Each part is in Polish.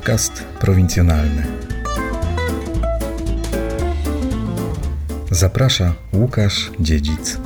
Podcast prowincjonalny. Zaprasza Łukasz Dziedzic.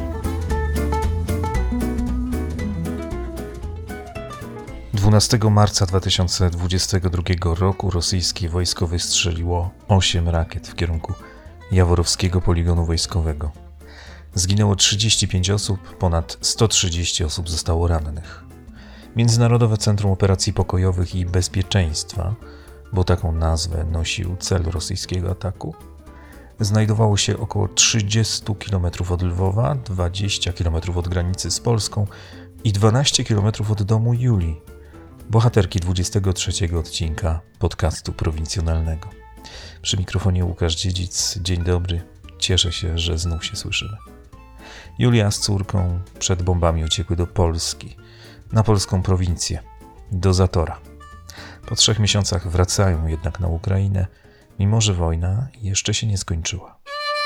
12 marca 2022 roku rosyjskie wojsko wystrzeliło 8 rakiet w kierunku Jaworowskiego poligonu wojskowego. Zginęło 35 osób, ponad 130 osób zostało rannych. Międzynarodowe Centrum Operacji Pokojowych i Bezpieczeństwa, bo taką nazwę nosił cel rosyjskiego ataku, znajdowało się około 30 km od Lwowa, 20 km od granicy z Polską i 12 km od domu Julii, bohaterki 23 odcinka podcastu prowincjonalnego. Przy mikrofonie Łukasz Dziedzic. Dzień dobry. Cieszę się, że znów się słyszymy. Julia z córką przed bombami uciekły do Polski, na polską prowincję, do Zatora. Po 3 miesiącach wracają jednak na Ukrainę, mimo że wojna jeszcze się nie skończyła.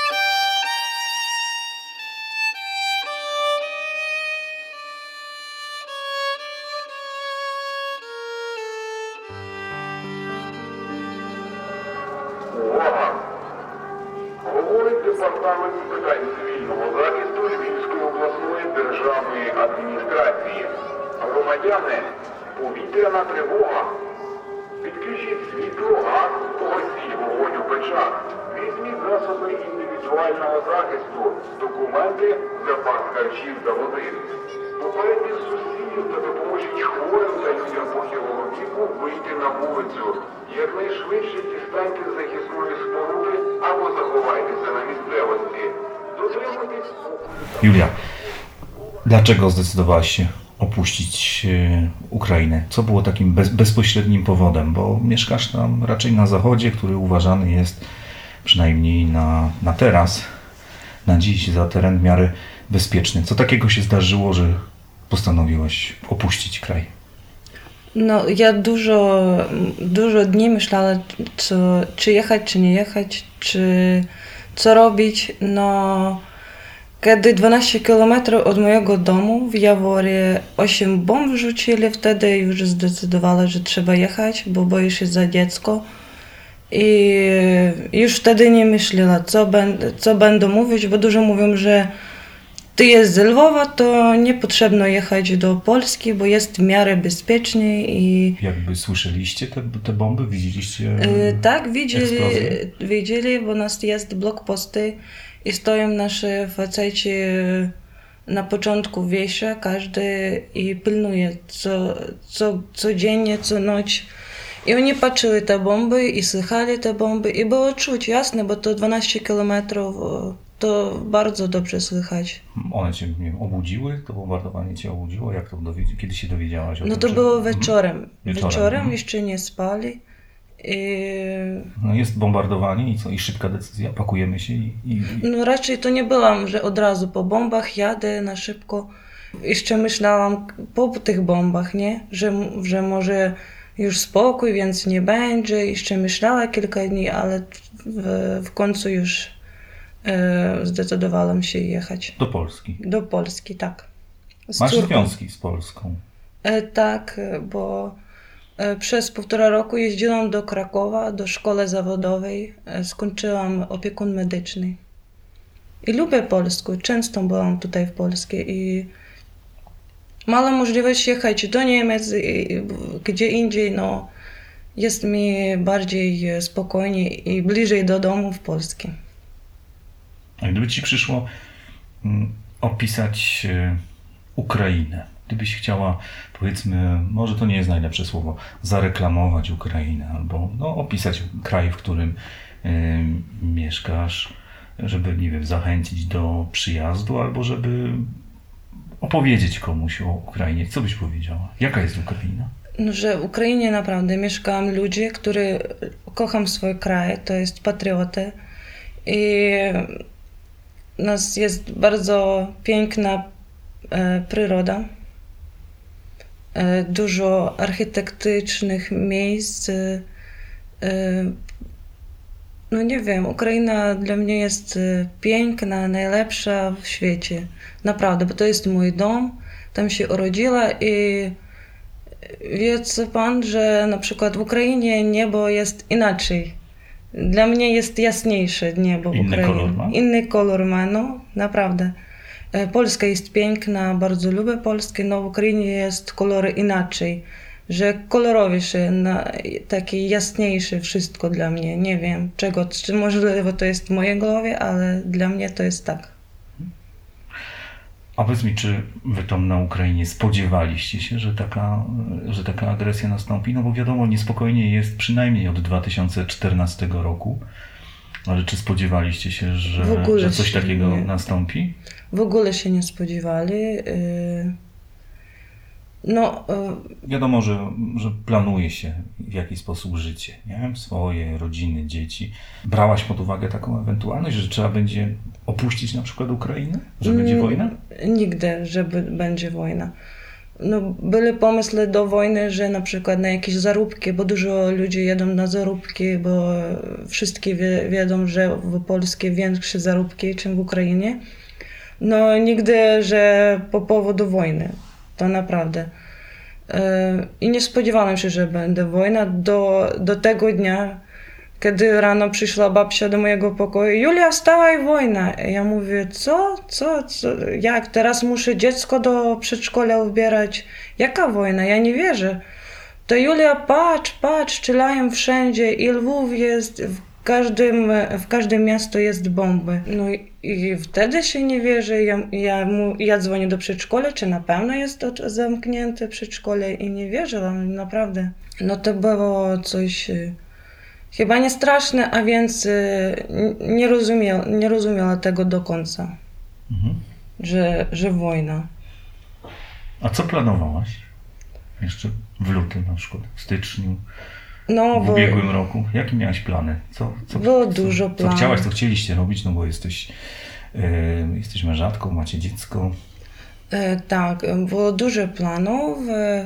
Говорить Департамент з питань цивільного захисту Львівської обласної державної адміністрації. Громадяни, повітряна тривога. Відключіть світло, газ, погасіть вогонь у печах. Візьміть засоби індивідуального захисту, документи, запас харчів та води. Попередніх сусідів та допоможіть хворим та людям похилого віку вийти на вулицю. Якнайшвидше дістаньте з захисної споруди або заховайтеся на місцевості. Дотримуйтесь спокою. Julia, dlaczego zdecydowałaś się opuścić Ukrainę? Co było takim bezpośrednim powodem? Bo mieszkasz tam raczej na zachodzie, który uważany jest przynajmniej na teraz, na dziś, za teren w miarę bezpieczny. Co takiego się zdarzyło, że postanowiłaś opuścić kraj? No, ja dużo dni myślałam, czy jechać, czy nie jechać, czy co robić. No, kiedy 12 km od mojego domu w Jaworie 8 bomb wrzucili, wtedy już zdecydowałam, że trzeba jechać, bo boję się za dziecko. I już wtedy nie myślałam, co będę mówić, bo dużo mówią, że ty jest z Lwowa, to nie potrzebno jechać do Polski, bo jest w miarę bezpiecznie. I Jakby słyszeliście te bomby? Widzieliście tak, eksplozje? widzieli, bo u nas jest blokposty i stoją nasi faceci na początku wiesia, każdy i pilnuje codziennie, co noc. I oni patrzyli te bomby i słychali te bomby i było czuć, jasne, bo to 12 kilometrów. To bardzo dobrze słychać. One cię, nie wiem, obudziły? To bombardowanie cię obudziło? Jak to kiedy się dowiedziałaś o No tym? to było wieczorem. Wieczorem Jeszcze nie spali. No jest bombardowanie i co? I szybka decyzja, pakujemy się i... No raczej to nie byłam, że od razu po bombach jadę na szybko. Jeszcze myślałam po tych bombach, nie? Że może już spokój, więc nie będzie. Jeszcze myślałam kilka dni, ale w końcu już zdecydowałam się jechać. Do Polski? Do Polski, tak. Masz córką. związki z Polską? Tak, bo przez 1,5 roku jeździłam do Krakowa, do szkoły zawodowej. Skończyłam opiekun medyczny. I lubię Polskę. Często byłam tutaj w Polsce i miałam możliwość jechać do Niemiec i gdzie indziej, no jest mi bardziej spokojnie i bliżej do domu w Polsce. A gdyby ci przyszło opisać Ukrainę, gdybyś chciała, powiedzmy, może to nie jest najlepsze słowo, zareklamować Ukrainę albo opisać kraj, w którym mieszkasz, żeby, nie wiem, zachęcić do przyjazdu albo żeby opowiedzieć komuś o Ukrainie. Co byś powiedziała? Jaka jest Ukraina? No, że w Ukrainie naprawdę mieszkają ludzie, którzy kochają swój kraj, to jest patrioty i u nas jest bardzo piękna przyroda, dużo architektonicznych miejsc. No nie wiem, Ukraina dla mnie jest piękna, najlepsza w świecie. Naprawdę, bo to jest mój dom, tam się urodziła i Wie co pan, że na przykład w Ukrainie niebo jest inaczej. Dla mnie jest jasniejsze niebo w Inny Ukrainie. kolor ma? Inny kolor ma, no naprawdę. Polska jest piękna, bardzo lubię Polskę, no w Ukrainie jest kolory inaczej. Że kolorowisze, takie jasniejsze wszystko dla mnie. Nie wiem czego, czy możliwe to jest w mojej głowie, ale dla mnie to jest tak. A powiedz mi, czy wy tam na Ukrainie spodziewaliście się, że taka agresja nastąpi? No bo wiadomo, niespokojnie jest przynajmniej od 2014 roku. Ale czy spodziewaliście się, że coś takiego nastąpi? W ogóle się nie spodziewali. No, Wiadomo, że planuje się w jakiś sposób życie, nie? Swoje, rodziny, dzieci. Brałaś pod uwagę taką ewentualność, że trzeba będzie opuścić na przykład Ukrainę? Że będzie wojna? Nigdy, że będzie wojna. No, były pomysły do wojny, że na przykład na jakieś zaróbki, bo dużo ludzi jedą na zaróbki, bo wszyscy wiedzą, że w Polsce większe zaróbki niż w Ukrainie. No nigdy, że po powodu wojny. To naprawdę. I nie spodziewałam się, że będzie wojna do tego dnia, kiedy rano przyszła babcia do mojego pokoju. Julia, wstawaj, wojna. Ja mówię, co? Jak? Teraz muszę dziecko do przedszkola ubierać. Jaka wojna? Ja nie wierzę. To Julia, patrz, strzelają wszędzie i Lwów jest, w każdym miasto jest bomby. No i wtedy się nie wierzę. Ja dzwonię do przedszkola, czy na pewno jest zamknięte przedszkole i nie wierzyłam, naprawdę. No to było coś chyba nie straszne, a więc nie rozumiała tego do końca, że wojna. A co planowałaś? Jeszcze w lutym na przykład, w styczniu, w ubiegłym roku. Jakie miałaś plany? Było dużo planów. Co chcieliście robić? No bo jesteś mężatką, macie dziecko. Tak, było dużo planów.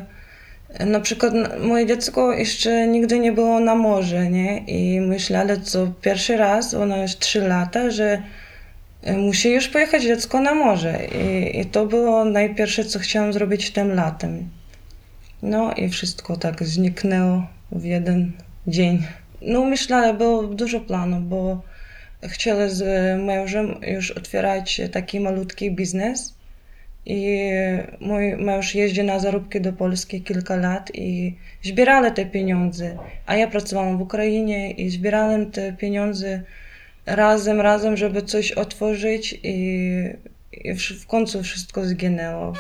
Na przykład moje dziecko jeszcze nigdy nie było na morzu, nie? I myśleli, co pierwszy raz, ona już 3 lata, że musi już pojechać dziecko na morze. I to było najpierwsze, co chciałam zrobić tym latem. No i wszystko tak zniknęło w jeden dzień. No myślałam, było dużo planów, bo chcieli z mężem już otwierać taki malutki biznes. I mój mąż jeździ na zaróbki do Polski kilka lat i zbierali te pieniądze. A ja pracowałam w Ukrainie i zbierałem te pieniądze razem, żeby coś otworzyć i w końcu wszystko zginęło.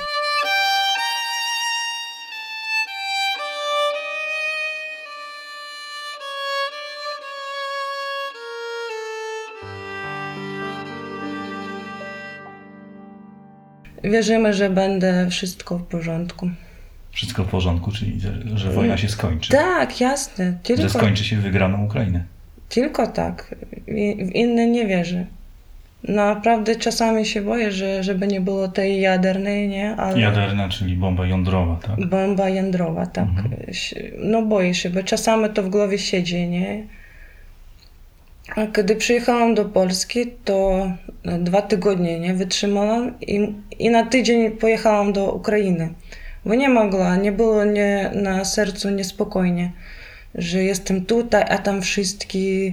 Wierzymy, że będzie wszystko w porządku. Wszystko w porządku, czyli że wojna się skończy. Tak, jasne. Że skończy się wygraną Ukrainę. Tylko tak. W inne nie wierzę. Naprawdę czasami się boję, żeby nie było tej jadernej, nie? Ale... Jaderna, czyli bomba jądrowa, tak? Bomba jądrowa, tak. No boję się, bo czasami to w głowie siedzi, nie? A kiedy przyjechałam do Polski, to 2 tygodnie nie wytrzymałam i na tydzień pojechałam do Ukrainy. Bo nie mogła, nie było na sercu niespokojnie, że jestem tutaj, a tam wszystkie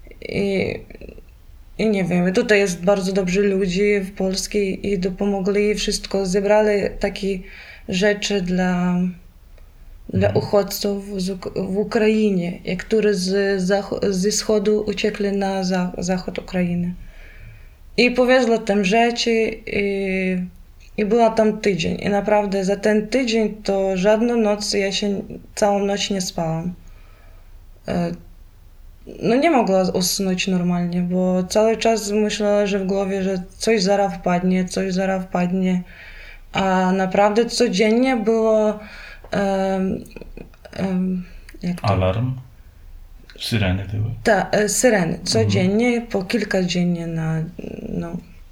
i nie wiem, tutaj jest bardzo dobrzy ludzie w Polsce i dopomogli, wszystko zebrali takie rzeczy dla uchodźców w Ukrainie, którzy ze wschodu uciekli na zachód Ukrainy. I powieźli tam rzeczy i była tam tydzień. I naprawdę za ten tydzień to żadną noc, ja się całą noc nie spałam. No nie mogła usnąć normalnie, bo cały czas myślała, że w głowie, że coś zaraz wpadnie. A naprawdę codziennie było alarm? Syreny były? Tak, syreny. Codziennie, po kilka dziennie no.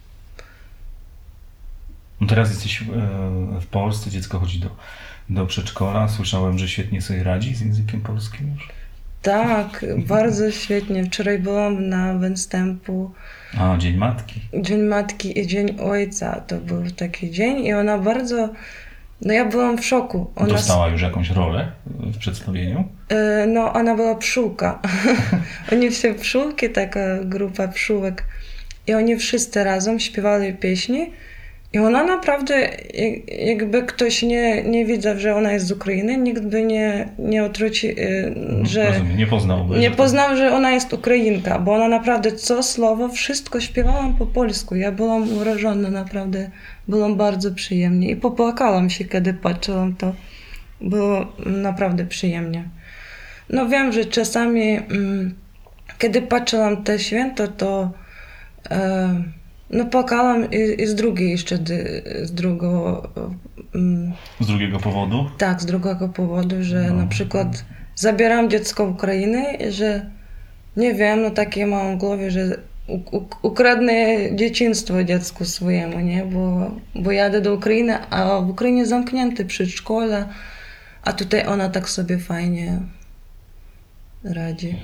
No teraz jesteś w Polsce, dziecko chodzi do przedszkola. Słyszałem, że świetnie sobie radzi z językiem polskim już. Tak, bardzo świetnie. Wczoraj byłam na występu. A, Dzień Matki. Dzień Matki i Dzień Ojca. To był taki dzień i ona bardzo No ja byłam w szoku. Dostała już jakąś rolę w przedstawieniu? No ona była pszczółka. Oni wszyscy pszczółki, taka grupa pszczółek. I oni wszyscy razem śpiewali pieśni. I ona naprawdę, jakby ktoś nie widział, że ona jest z Ukrainy, nikt by nie odwrócił, że... Rozumiem, nie poznałby. Nie poznał, że ona jest Ukrainka, bo ona naprawdę co słowo, wszystko śpiewała po polsku. Ja byłam urażona, naprawdę. Byłam bardzo przyjemnie i popłakałam się, kiedy patrzyłam to. Było naprawdę przyjemnie. No wiem, że czasami, kiedy patrzyłam te święto, to no płakałam i z drugiej jeszcze, z drugiego... Z drugiego powodu? Tak, z drugiego powodu, że na przykład zabieram dziecko w Ukrainę i że nie wiem, no takie mam w głowie, że ukradnę dzieciństwo dziecku swojemu, nie? Bo jadę do Ukrainy, a w Ukrainie zamknięte przedszkola, a tutaj ona tak sobie fajnie radzi.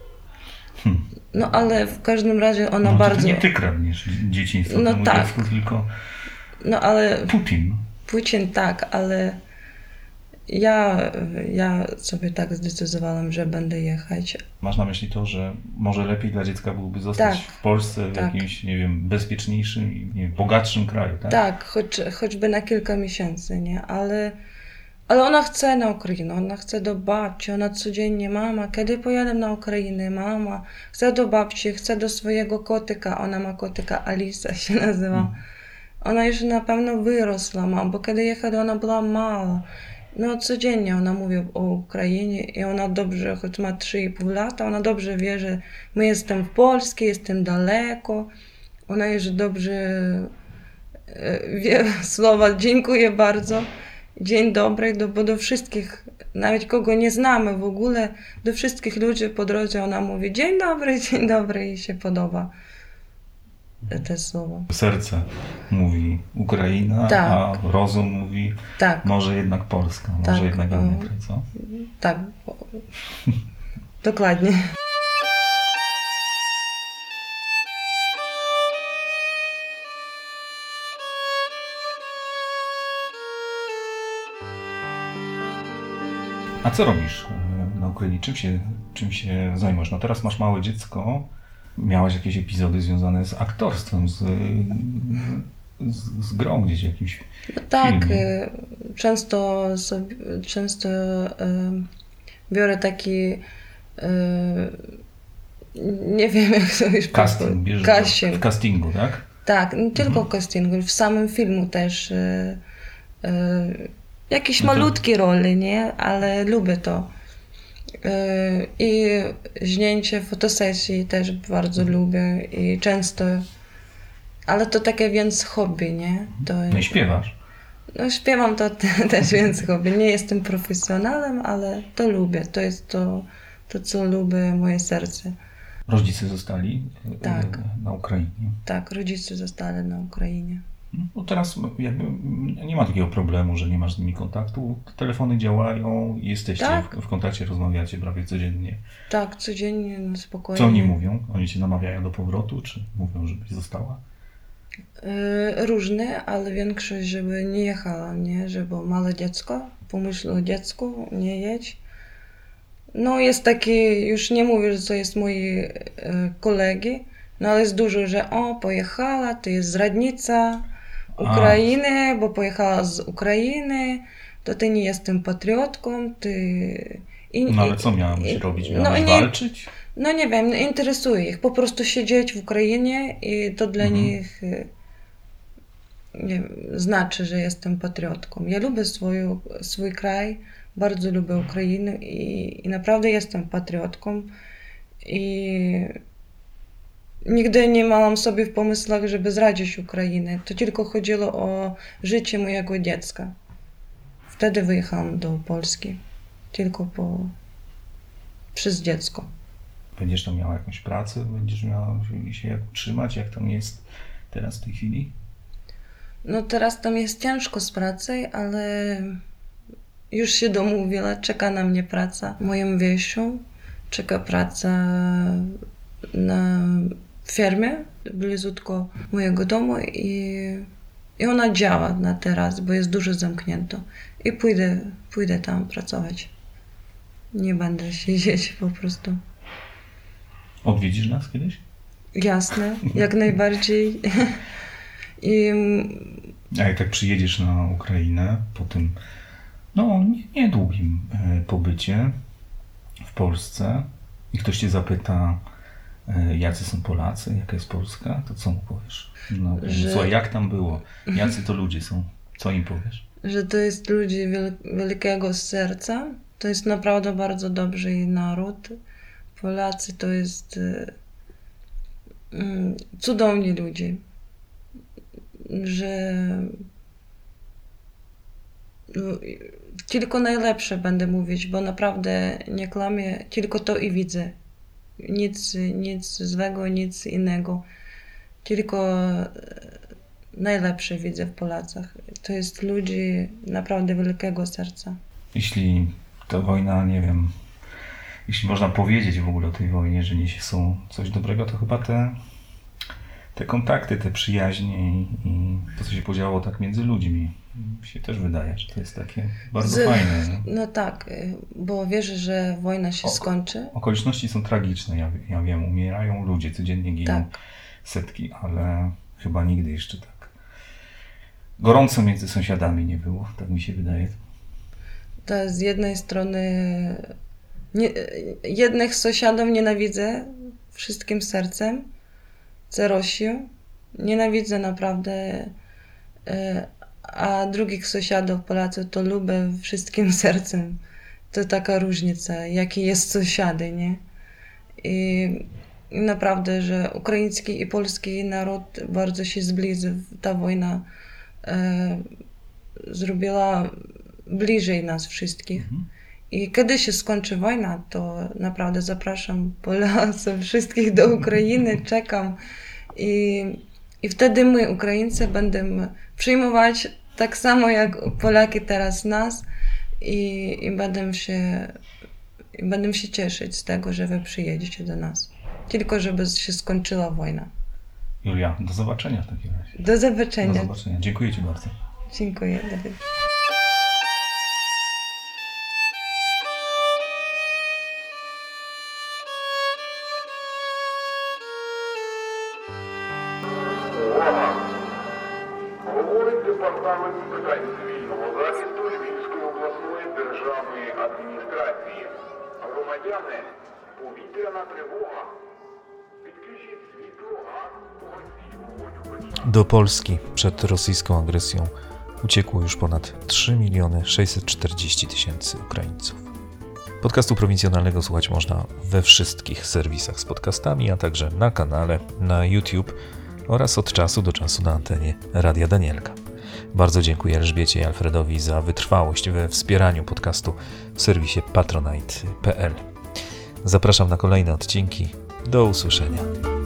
No ale w każdym razie ona bardzo... Nie ty kradniesz dzieciństwo no temu tak. dziecku, tylko no ale Putin tak, ale ja sobie tak zdecydowałam, że będę jechać. Masz na myśli to, że może lepiej dla dziecka byłoby zostać w Polsce, w jakimś, nie wiem, bezpieczniejszym i bogatszym kraju, tak? Tak, choćby na kilka miesięcy, nie? Ale ona chce na Ukrainę, ona chce do babci, ona codziennie, mama, kiedy pojadę na Ukrainę, mama, chce do babci, chce do swojego kotyka, ona ma kotyka, Alisa się nazywa. Ona już na pewno wyrosła, bo kiedy jechała, ona była mała. No codziennie ona mówi o Ukrainie i ona dobrze, choć ma 3,5 lata, ona dobrze wie, że my jestem w Polsce, jestem daleko. Ona już dobrze wie słowa dziękuję bardzo, dzień dobry, bo do wszystkich, nawet kogo nie znamy w ogóle, do wszystkich ludzi po drodze ona mówi dzień dobry i się podoba te słowa. Serce mówi Ukraina, tak. A rozum mówi tak. Może jednak Polska, może jednak Anglia, co? Tak, dokładnie. A co robisz na Ukrainie? Czym się zajmujesz? No teraz masz małe dziecko. Miałaś jakieś epizody związane z aktorstwem, z grą gdzieś w jakimś tak, filmie. często biorę taki nie wiem jak to już casting, bierzesz w castingu, tak? Tak, nie tylko w castingu, w samym filmu też jakieś malutkie role, nie? Ale lubię to. I zdjęcie fotosesji też bardzo lubię i często, ale to takie więc hobby, nie? No i śpiewasz? No śpiewam to też więc hobby. Nie jestem profesjonalem, ale to lubię. To jest to co lubię, moje serce. Rodzice zostali na Ukrainie? Tak, rodzice zostali na Ukrainie. No teraz jakby nie ma takiego problemu, że nie masz z nimi kontaktu. Telefony działają, jesteście w kontakcie, rozmawiacie prawie codziennie. Tak, codziennie, no spokojnie. Co oni mówią? Oni cię namawiają do powrotu, czy mówią, żebyś została? Różne, ale większość, żeby nie jechała, nie? Żeby małe dziecko, pomyśl o dziecku, nie jedź. No jest taki, już nie mówię, że to jest moi kolegi, no ale jest dużo, że pojechała, to jest zradnica Ukrainy, bo pojechała z Ukrainy, to ty nie jestem patriotką, ty... No ale co miałabyś robić? Miałabyś walczyć? No nie wiem, interesuje ich. Po prostu siedzieć w Ukrainie i to dla nich nie wiem, znaczy, że jestem patriotką. Ja lubię swój kraj, bardzo lubię Ukrainę i naprawdę jestem patriotką. I nigdy nie miałam sobie w pomysłach, żeby zradzić Ukrainę. To tylko chodziło o życie mojego dziecka. Wtedy wyjechałam do Polski. Tylko przez dziecko. Będziesz tam miała jakąś pracę? Będziesz miała się jak utrzymać? Jak tam jest teraz w tej chwili? No teraz tam jest ciężko z pracą, ale już się domówiła. Czeka na mnie praca w moim wieściu. Czeka praca na firmie, blizutko mojego domu i I ona działa na teraz, bo jest dużo zamknięto. I pójdę tam pracować. Nie będę siedzieć po prostu. Odwiedzisz nas kiedyś? Jasne, jak najbardziej. A jak tak przyjedziesz na Ukrainę po tym niedługim pobycie w Polsce i ktoś cię zapyta, jacy są Polacy, jaka jest Polska, to co mu powiesz? Słuchaj, jak tam było? Jacy to ludzie są? Co im powiesz? Że to jest ludzie wielkiego serca. To jest naprawdę bardzo dobry naród. Polacy to jest cudowni ludzie. Że tylko najlepsze będę mówić, bo naprawdę nie kłamię, tylko to i widzę. Nic złego, nic innego. Tylko najlepsze widzę w Polacach. To jest ludzie naprawdę wielkiego serca. Jeśli ta wojna, nie wiem, jeśli można powiedzieć w ogóle o tej wojnie, że niesie są coś dobrego, to chyba te kontakty, te przyjaźnie i to, co się podziało tak między ludźmi, mi się też wydaje, że to jest takie bardzo fajne. Nie? No tak, bo wierzę, że wojna się skończy. Okoliczności są tragiczne, ja wiem, umierają ludzie, codziennie giną setki, ale chyba nigdy jeszcze tak gorąco między sąsiadami nie było, tak mi się wydaje. To z jednej strony jednych sąsiadów nienawidzę wszystkim sercem, co Rosję. Nienawidzę naprawdę, a drugich sąsiadów Polacy to lubię wszystkim sercem. To taka różnica, jakie jest sąsiady, nie? I naprawdę, że ukraiński i polski naród bardzo się zbliżył. Ta wojna zrobiła bliżej nas wszystkich. I kiedy się skończy wojna, to naprawdę zapraszam Polaków wszystkich do Ukrainy, czekam. I wtedy my, Ukraińcy, będziemy przyjmować tak samo jak Polaki teraz nas i będę się cieszyć z tego, że wy przyjedziecie do nas. Tylko żeby się skończyła wojna. Julia, do zobaczenia w takim razie. Do zobaczenia. Do zobaczenia. Dziękuję ci bardzo. Dziękuję, Dawid. Увага! Говорить Департамент з питань цивільного захисту Львівської обласної державної адміністрації. Громадяни, повітряна тривога. Відключіть світло, газ, погасіть вогонь. Do Polski przed rosyjską agresją uciekło już ponad 3 640 000 Ukraińców. Podcastu prowincjonalnego słuchać można we wszystkich serwisach z podcastami, a także na kanale, na YouTube oraz od czasu do czasu na antenie Radia Danielka. Bardzo dziękuję Elżbiecie i Alfredowi za wytrwałość we wspieraniu podcastu w serwisie patronite.pl. Zapraszam na kolejne odcinki. Do usłyszenia.